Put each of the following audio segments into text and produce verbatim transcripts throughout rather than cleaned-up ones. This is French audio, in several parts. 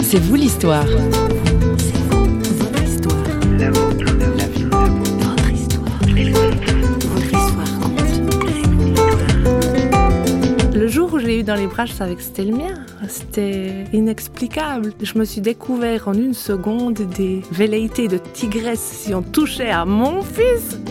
C'est vous l'histoire. C'est vous, votre histoire. La vôtre, la vie, Votre histoire. Votre histoire compte. Le jour où je l'ai eu dans les bras, je savais que c'était le mien. C'était inexplicable. Je me suis découvert en une seconde des velléités de tigresse si on touchait à mon fils.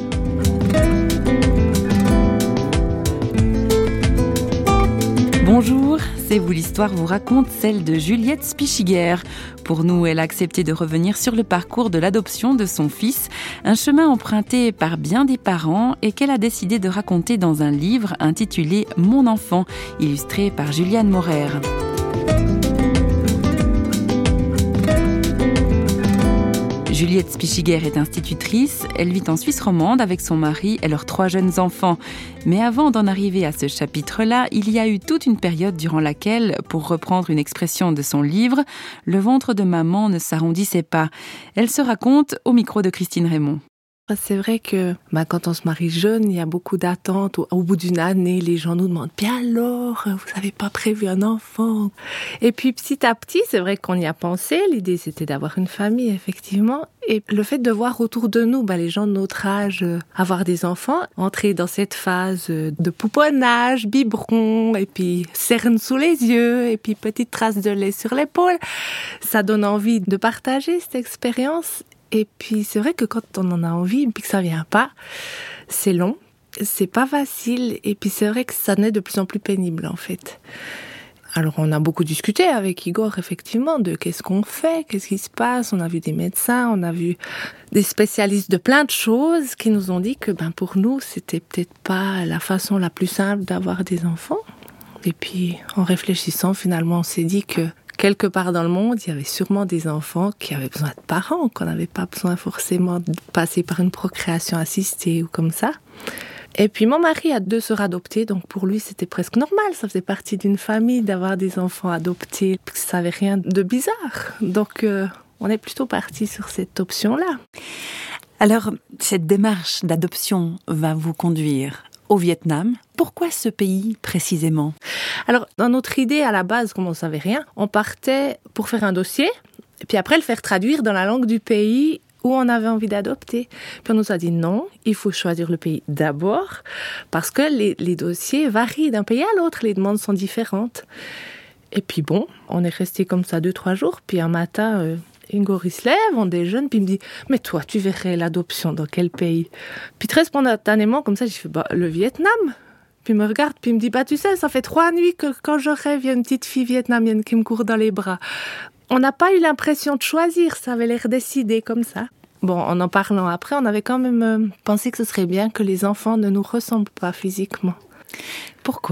Bonjour, C'est vous l'histoire vous raconte celle de Juliette Spichiger. Pour nous, elle a accepté de revenir sur le parcours de l'adoption de son fils, un chemin emprunté par bien des parents et qu'elle a décidé de raconter dans un livre intitulé « Mon enfant », illustré par Juliane Morer. Juliette Spichiger est institutrice, elle vit en Suisse romande avec son mari et leurs trois jeunes enfants. Mais avant d'en arriver à ce chapitre-là, il y a eu toute une période durant laquelle, pour reprendre une expression de son livre, le ventre de maman ne s'arrondissait pas. Elle se raconte au micro de Christine Raymond. C'est vrai que bah, quand on se marie jeune, il y a beaucoup d'attentes. Au, au bout d'une année, les gens nous demandent « Bien alors, vous n'avez pas prévu un enfant ?» Et puis petit à petit, c'est vrai qu'on y a pensé. L'idée, c'était d'avoir une famille, effectivement. Et le fait de voir autour de nous bah, les gens de notre âge euh, avoir des enfants, entrer dans cette phase euh, de pouponnage, biberon, et puis cerne sous les yeux, et puis petite trace de lait sur l'épaule, ça donne envie de partager cette expérience. Et puis, c'est vrai que quand on en a envie, puis que ça vient pas, c'est long, c'est pas facile, et puis c'est vrai que ça n'est de plus en plus pénible, en fait. Alors, on a beaucoup discuté avec Igor, effectivement, de qu'est-ce qu'on fait, qu'est-ce qui se passe. On a vu des médecins, on a vu des spécialistes de plein de choses qui nous ont dit que, ben, pour nous, c'était peut-être pas la façon la plus simple d'avoir des enfants. Et puis, en réfléchissant, finalement, on s'est dit que quelque part dans le monde, il y avait sûrement des enfants qui avaient besoin de parents, qu'on n'avait pas besoin forcément de passer par une procréation assistée ou comme ça. Et puis mon mari a deux sœurs adoptées, donc pour lui c'était presque normal, ça faisait partie d'une famille d'avoir des enfants adoptés, ça n'avait rien de bizarre. Donc euh, on est plutôt parti sur cette option-là. Alors, cette démarche d'adoption va vous conduire au Vietnam. Pourquoi ce pays précisément ? Alors, dans notre idée, à la base, comme on ne savait rien, on partait pour faire un dossier, et puis après le faire traduire dans la langue du pays où on avait envie d'adopter. Puis on nous a dit non, il faut choisir le pays d'abord, parce que les, les dossiers varient d'un pays à l'autre, les demandes sont différentes. Et puis bon, on est resté comme ça deux, trois jours, puis un matin... Euh, Igor, il se lève, on déjeune, puis il me dit « Mais toi, tu verrais l'adoption dans quel pays ?» Puis très spontanément, comme ça, j'ai fait bah, « Le Vietnam ?» Puis il me regarde, puis il me dit « Bah tu sais, ça fait trois nuits que quand je rêve, il y a une petite fille vietnamienne qui me court dans les bras. » On n'a pas eu l'impression de choisir, ça avait l'air décidé comme ça. Bon, en en parlant après, on avait quand même euh, pensé que ce serait bien que les enfants ne nous ressemblent pas physiquement. Pourquoi ?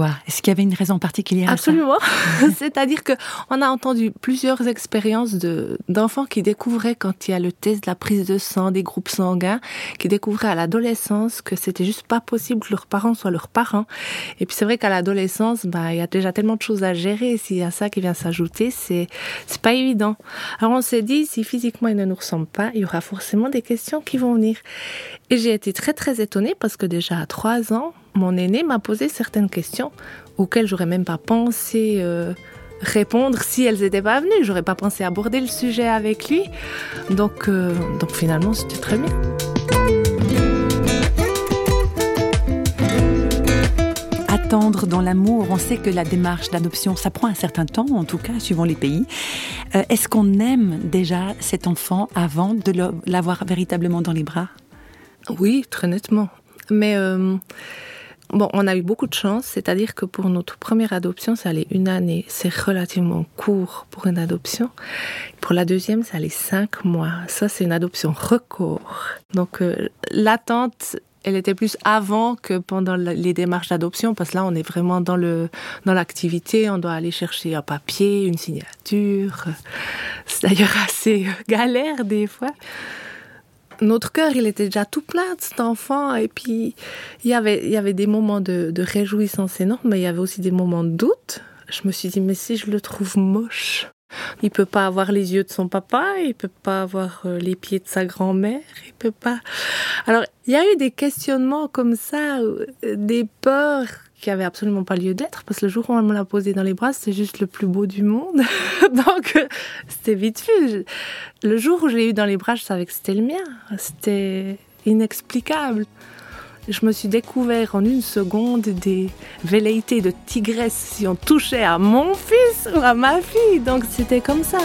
Est-ce qu'il y avait une raison particulière à ça ? Absolument. C'est-à-dire qu'on a entendu plusieurs expériences de, d'enfants qui découvraient, quand il y a le test de la prise de sang, des groupes sanguins, qui découvraient à l'adolescence que c'était juste pas possible que leurs parents soient leurs parents. Et puis c'est vrai qu'à l'adolescence, bah, il y a déjà tellement de choses à gérer. S'il y a ça qui vient s'ajouter, c'est, c'est pas évident. Alors on s'est dit, si physiquement ils ne nous ressemblent pas, il y aura forcément des questions qui vont venir. Et j'ai été très très étonnée parce que déjà à trois ans, mon aîné m'a posé certaines questions auxquelles j'aurais même pas pensé euh, répondre si elles n'étaient pas venues. J'aurais pas pensé aborder le sujet avec lui. Donc, euh, donc finalement, c'était très bien. Attendre dans l'amour, on sait que la démarche d'adoption, ça prend un certain temps, en tout cas, suivant les pays. Euh, est-ce qu'on aime déjà cet enfant avant de l'avoir véritablement dans les bras ? Oui, très nettement. Mais... Euh, Bon, on a eu beaucoup de chance, c'est-à-dire que pour notre première adoption, ça allait une année. C'est relativement court pour une adoption. Pour la deuxième, ça allait cinq mois. Ça, c'est une adoption record. Donc, euh, l'attente, elle était plus avant que pendant les démarches d'adoption, parce que là, on est vraiment dans le dans l'activité. On doit aller chercher un papier, une signature. C'est d'ailleurs assez galère des fois. Notre cœur, il était déjà tout plein de cet enfant, et puis il y avait, il y avait des moments de, de réjouissance énorme, mais il y avait aussi des moments de doute. Je me suis dit, mais si je le trouve moche, il peut pas avoir les yeux de son papa, il peut pas avoir les pieds de sa grand-mère, il peut pas... Alors, il y a eu des questionnements comme ça, des peurs qui avait absolument pas lieu d'être, parce que le jour où on me l'a posé dans les bras, c'était juste le plus beau du monde. Donc, c'était vite vu. Le jour où je l'ai eu dans les bras, je savais que c'était le mien. C'était inexplicable. Je me suis découvert en une seconde des velléités de tigresse si on touchait à mon fils ou à ma fille. Donc, c'était comme ça.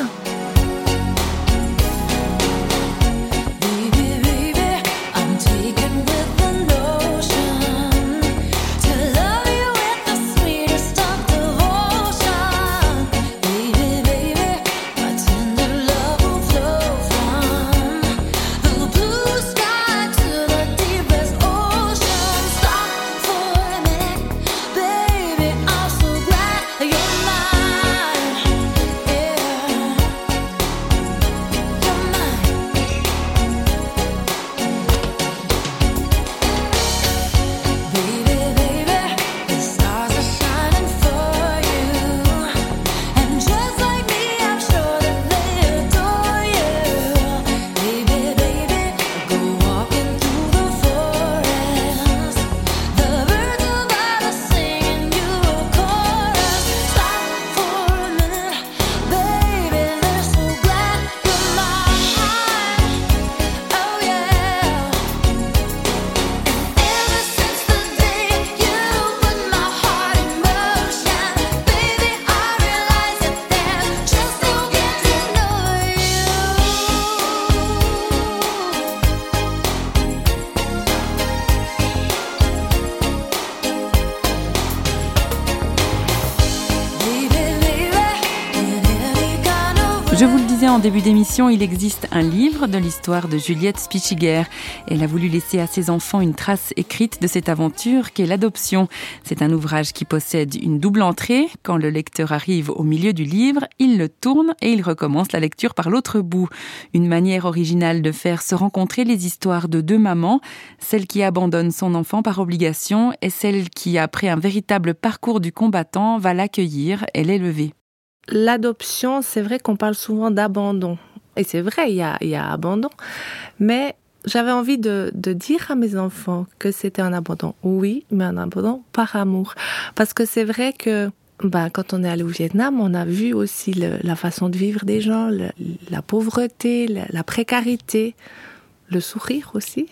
Je vous le disais en début d'émission, il existe un livre de l'histoire de Juliette Spichiger. Elle a voulu laisser à ses enfants une trace écrite de cette aventure qu'est l'adoption. C'est un ouvrage qui possède une double entrée. Quand le lecteur arrive au milieu du livre, il le tourne et il recommence la lecture par l'autre bout. Une manière originale de faire se rencontrer les histoires de deux mamans, celle qui abandonne son enfant par obligation et celle qui, après un véritable parcours du combattant, va l'accueillir et l'élever. L'adoption, c'est vrai qu'on parle souvent d'abandon. Et c'est vrai, il y a, il y a abandon. Mais j'avais envie de, de dire à mes enfants que c'était un abandon. Oui, mais un abandon par amour. Parce que c'est vrai que ben, quand on est allé au Vietnam, on a vu aussi le, la façon de vivre des gens, le, la pauvreté, la, la précarité, le sourire aussi.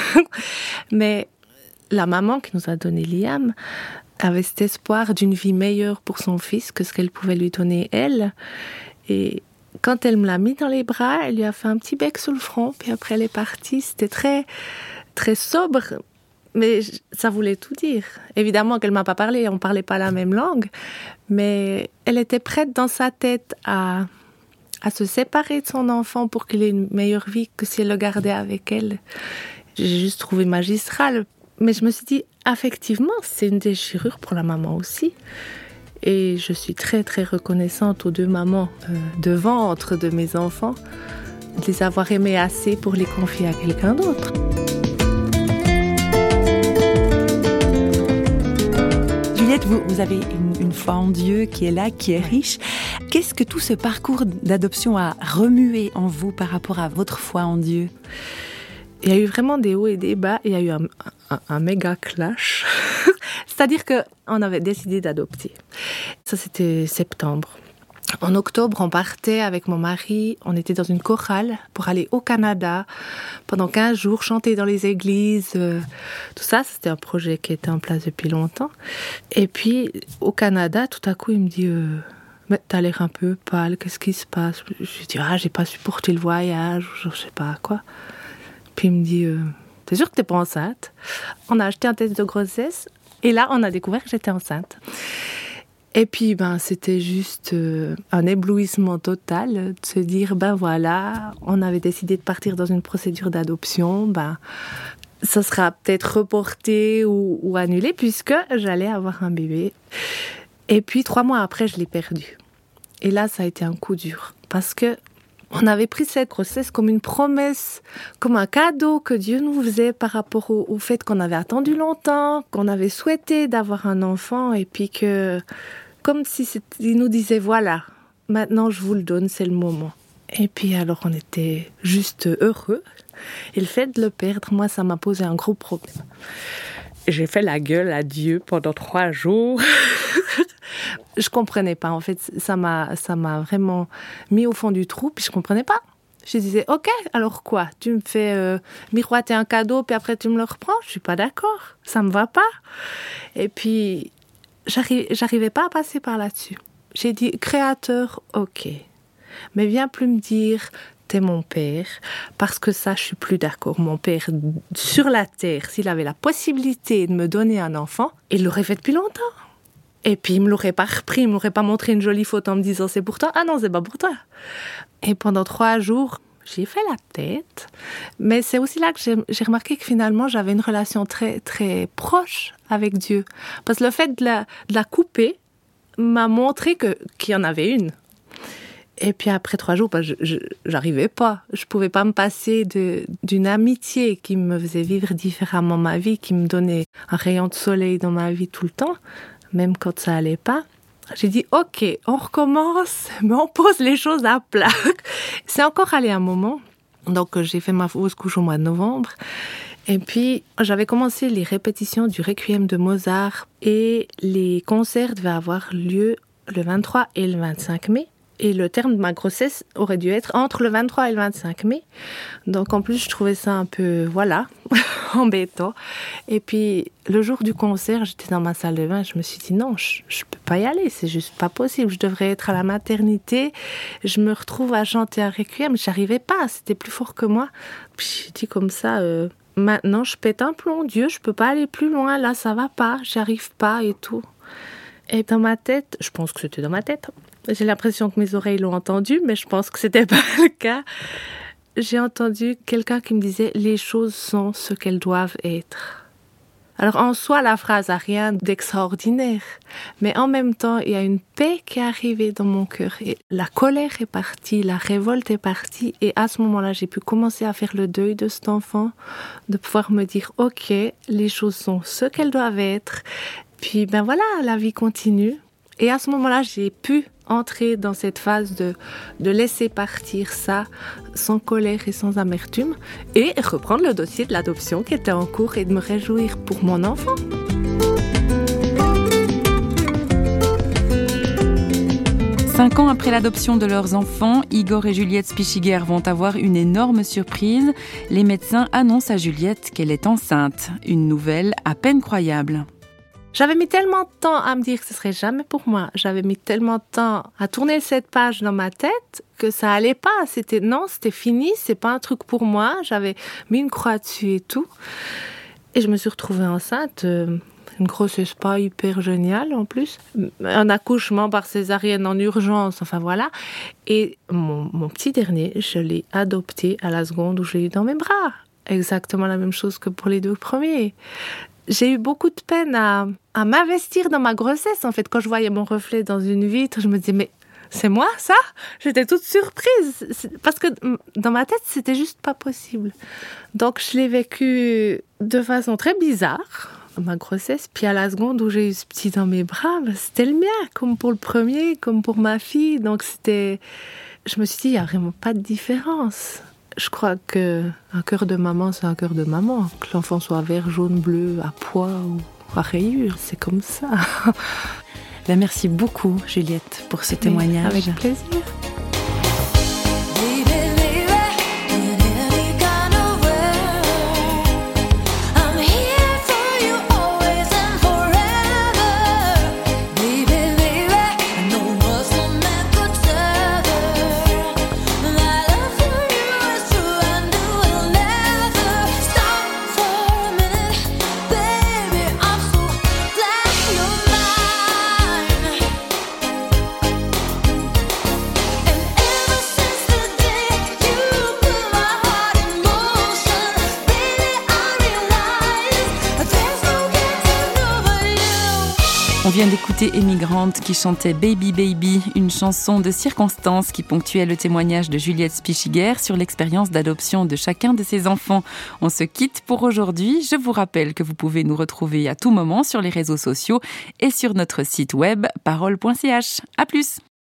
Mais la maman qui nous a donné Liam avait cet espoir d'une vie meilleure pour son fils que ce qu'elle pouvait lui donner elle. Et quand elle me l'a mis dans les bras, elle lui a fait un petit bec sur le front, puis après elle est partie. C'était très, très sobre, mais ça voulait tout dire. Évidemment qu'elle ne m'a pas parlé, on ne parlait pas la même langue, mais elle était prête dans sa tête à, à se séparer de son enfant pour qu'il ait une meilleure vie que si elle le gardait avec elle. J'ai juste trouvé magistral. Mais je me suis dit, effectivement, c'est une déchirure pour la maman aussi. Et je suis très, très reconnaissante aux deux mamans euh, de ventre de mes enfants, de les avoir aimées assez pour les confier à quelqu'un d'autre. Juliette, vous, vous avez une, une foi en Dieu qui est là, qui est riche. Qu'est-ce que tout ce parcours d'adoption a remué en vous par rapport à votre foi en Dieu ? Il y a eu vraiment des hauts et des bas. Il y a eu un, un, un méga clash. C'est-à-dire qu'on avait décidé d'adopter. Ça, c'était septembre. En octobre, on partait avec mon mari. On était dans une chorale pour aller au Canada pendant quinze jours, chanter dans les églises. Euh, tout ça, c'était un projet qui était en place depuis longtemps. Et puis, au Canada, tout à coup, il me dit... Euh, mais t'as l'air un peu pâle, qu'est-ce qui se passe ? Je lui dis, ah, j'ai pas supporté le voyage, je sais pas quoi. Puis il me dit, euh, t'es sûre que t'es pas enceinte ? On a acheté un test de grossesse et là, on a découvert que j'étais enceinte. Et puis, ben, c'était juste euh, un éblouissement total de se dire, ben voilà, on avait décidé de partir dans une procédure d'adoption, ben, ça sera peut-être reporté ou, ou annulé puisque j'allais avoir un bébé. Et puis, trois mois après, je l'ai perdu. Et là, ça a été un coup dur parce que on avait pris cette grossesse comme une promesse, comme un cadeau que Dieu nous faisait par rapport au, au fait qu'on avait attendu longtemps, qu'on avait souhaité d'avoir un enfant et puis que, comme si il nous disait, voilà, maintenant je vous le donne, c'est le moment. Et puis alors on était juste heureux. Et le fait de le perdre, moi, ça m'a posé un gros problème. J'ai fait la gueule à Dieu pendant trois jours. Je comprenais pas. En fait, ça m'a, ça m'a vraiment mis au fond du trou, puis je comprenais pas. Je disais, ok, alors quoi? Tu me fais euh, miroiter un cadeau, puis après tu me le reprends? Je suis pas d'accord. Ça me va pas. Et puis, j'arri- j'arrivais pas à passer par là-dessus. J'ai dit, Créateur, ok. Mais viens plus me dire, t'es mon père, parce que ça, je suis plus d'accord. Mon père, sur la terre, s'il avait la possibilité de me donner un enfant, il l'aurait fait depuis longtemps. Et puis, il me l'aurait pas repris, il me l'aurait pas montré une jolie photo en me disant, c'est pour toi. Ah non, c'est pas pour toi. Et pendant trois jours, j'ai fait la tête. Mais c'est aussi là que j'ai, j'ai remarqué que finalement, j'avais une relation très, très proche avec Dieu. Parce que le fait de la, de la couper m'a montré que, qu'il y en avait une. Et puis après trois jours, bah, je, je, j'arrivais pas. Je pouvais pas me passer de, d'une amitié qui me faisait vivre différemment ma vie, qui me donnait un rayon de soleil dans ma vie tout le temps, même quand ça allait pas. J'ai dit, ok, on recommence, mais on pose les choses à plat. C'est encore allé un moment. Donc, j'ai fait ma fausse couche au mois de novembre. Et puis, j'avais commencé les répétitions du Requiem de Mozart. Et les concerts devaient avoir lieu le vingt-trois et le vingt-cinq mai. Et le terme de ma grossesse aurait dû être entre le vingt-trois et le vingt-cinq mai. Donc, en plus, je trouvais ça un peu, voilà, embêtant. Et puis, le jour du concert, j'étais dans ma salle de bain. Je me suis dit, non, je ne peux pas y aller. C'est juste pas possible. Je devrais être à la maternité. Je me retrouve à chanter un requiem. J'arrivais pas. C'était plus fort que moi. Puis, j'ai dit comme ça, euh, maintenant, je pète un plomb. Dieu, je peux pas aller plus loin. Là, ça va pas. J'arrive pas et tout. Et dans ma tête, je pense que c'était dans ma tête, j'ai l'impression que mes oreilles l'ont entendu, mais je pense que c'était pas le cas. J'ai entendu quelqu'un qui me disait « Les choses sont ce qu'elles doivent être ». Alors en soi, la phrase n'a rien d'extraordinaire, mais en même temps, il y a une paix qui est arrivée dans mon cœur. Et la colère est partie, la révolte est partie, et à ce moment-là, j'ai pu commencer à faire le deuil de cet enfant, de pouvoir me dire « Ok, les choses sont ce qu'elles doivent être ». Puis ben voilà, la vie continue. Et à ce moment-là, j'ai pu entrer dans cette phase de, de laisser partir ça sans colère et sans amertume et reprendre le dossier de l'adoption qui était en cours et de me réjouir pour mon enfant. Cinq ans après l'adoption de leurs enfants, Igor et Juliette Spichiger vont avoir une énorme surprise. Les médecins annoncent à Juliette qu'elle est enceinte. Une nouvelle à peine croyable. J'avais mis tellement de temps à me dire que ce serait jamais pour moi. J'avais mis tellement de temps à tourner cette page dans ma tête que ça allait pas. C'était non, c'était fini, c'est pas un truc pour moi. J'avais mis une croix dessus et tout. Et je me suis retrouvée enceinte. Euh, une grossesse pas hyper géniale en plus. Un accouchement par césarienne en urgence, enfin voilà. Et mon, mon petit dernier, je l'ai adopté à la seconde où je l'ai eu dans mes bras. Exactement la même chose que pour les deux premiers. J'ai eu beaucoup de peine à, à m'investir dans ma grossesse. En fait, quand je voyais mon reflet dans une vitre, je me disais, mais c'est moi, ça? J'étais toute surprise. Parce que dans ma tête, c'était juste pas possible. Donc, je l'ai vécu de façon très bizarre, ma grossesse. Puis à la seconde où j'ai eu ce petit dans mes bras, ben, c'était le mien, comme pour le premier, comme pour ma fille. Donc, c'était... Je me suis dit, il n'y a vraiment pas de différence. Je crois qu'un cœur de maman, c'est un cœur de maman. Que l'enfant soit vert, jaune, bleu, à pois ou à rayures, c'est comme ça. Ben merci beaucoup, Juliette, pour ce témoignage. Mais avec plaisir. On vient d'écouter Émigrante qui chantait Baby Baby, une chanson de circonstance qui ponctuait le témoignage de Juliette Spichiger sur l'expérience d'adoption de chacun de ses enfants. On se quitte pour aujourd'hui. Je vous rappelle que vous pouvez nous retrouver à tout moment sur les réseaux sociaux et sur notre site web parole point c h. À plus!